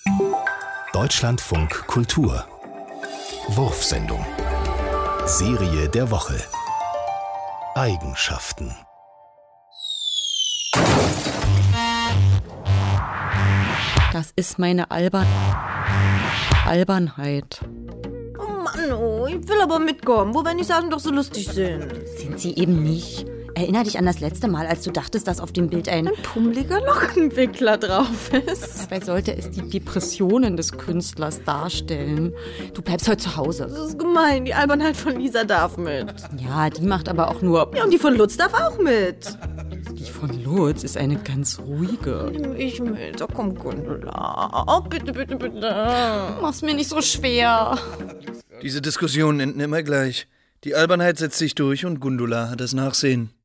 Deutschlandfunk Kultur Wurfsendung Serie der Woche Eigenschaften. Das ist meine Albernheit. Oh Mann, ich will aber mitkommen, wo wir nicht sagen, doch so lustig sind. Sind sie eben nicht. Erinner dich an das letzte Mal, als du dachtest, dass auf dem Bild ein pummeliger Lockenwickler drauf ist. Dabei sollte es die Depressionen des Künstlers darstellen. Du bleibst heute zu Hause. Das ist gemein, die Albernheit von Lisa darf mit. Ja, die macht aber auch nur... Ja, und die von Lutz darf auch mit. Die von Lutz ist eine ganz ruhige. Nimm ich mit. Oh, komm, Gundula. Oh, bitte, bitte, bitte. Mach's mir nicht so schwer. Diese Diskussionen enden immer gleich. Die Albernheit setzt sich durch und Gundula hat das Nachsehen.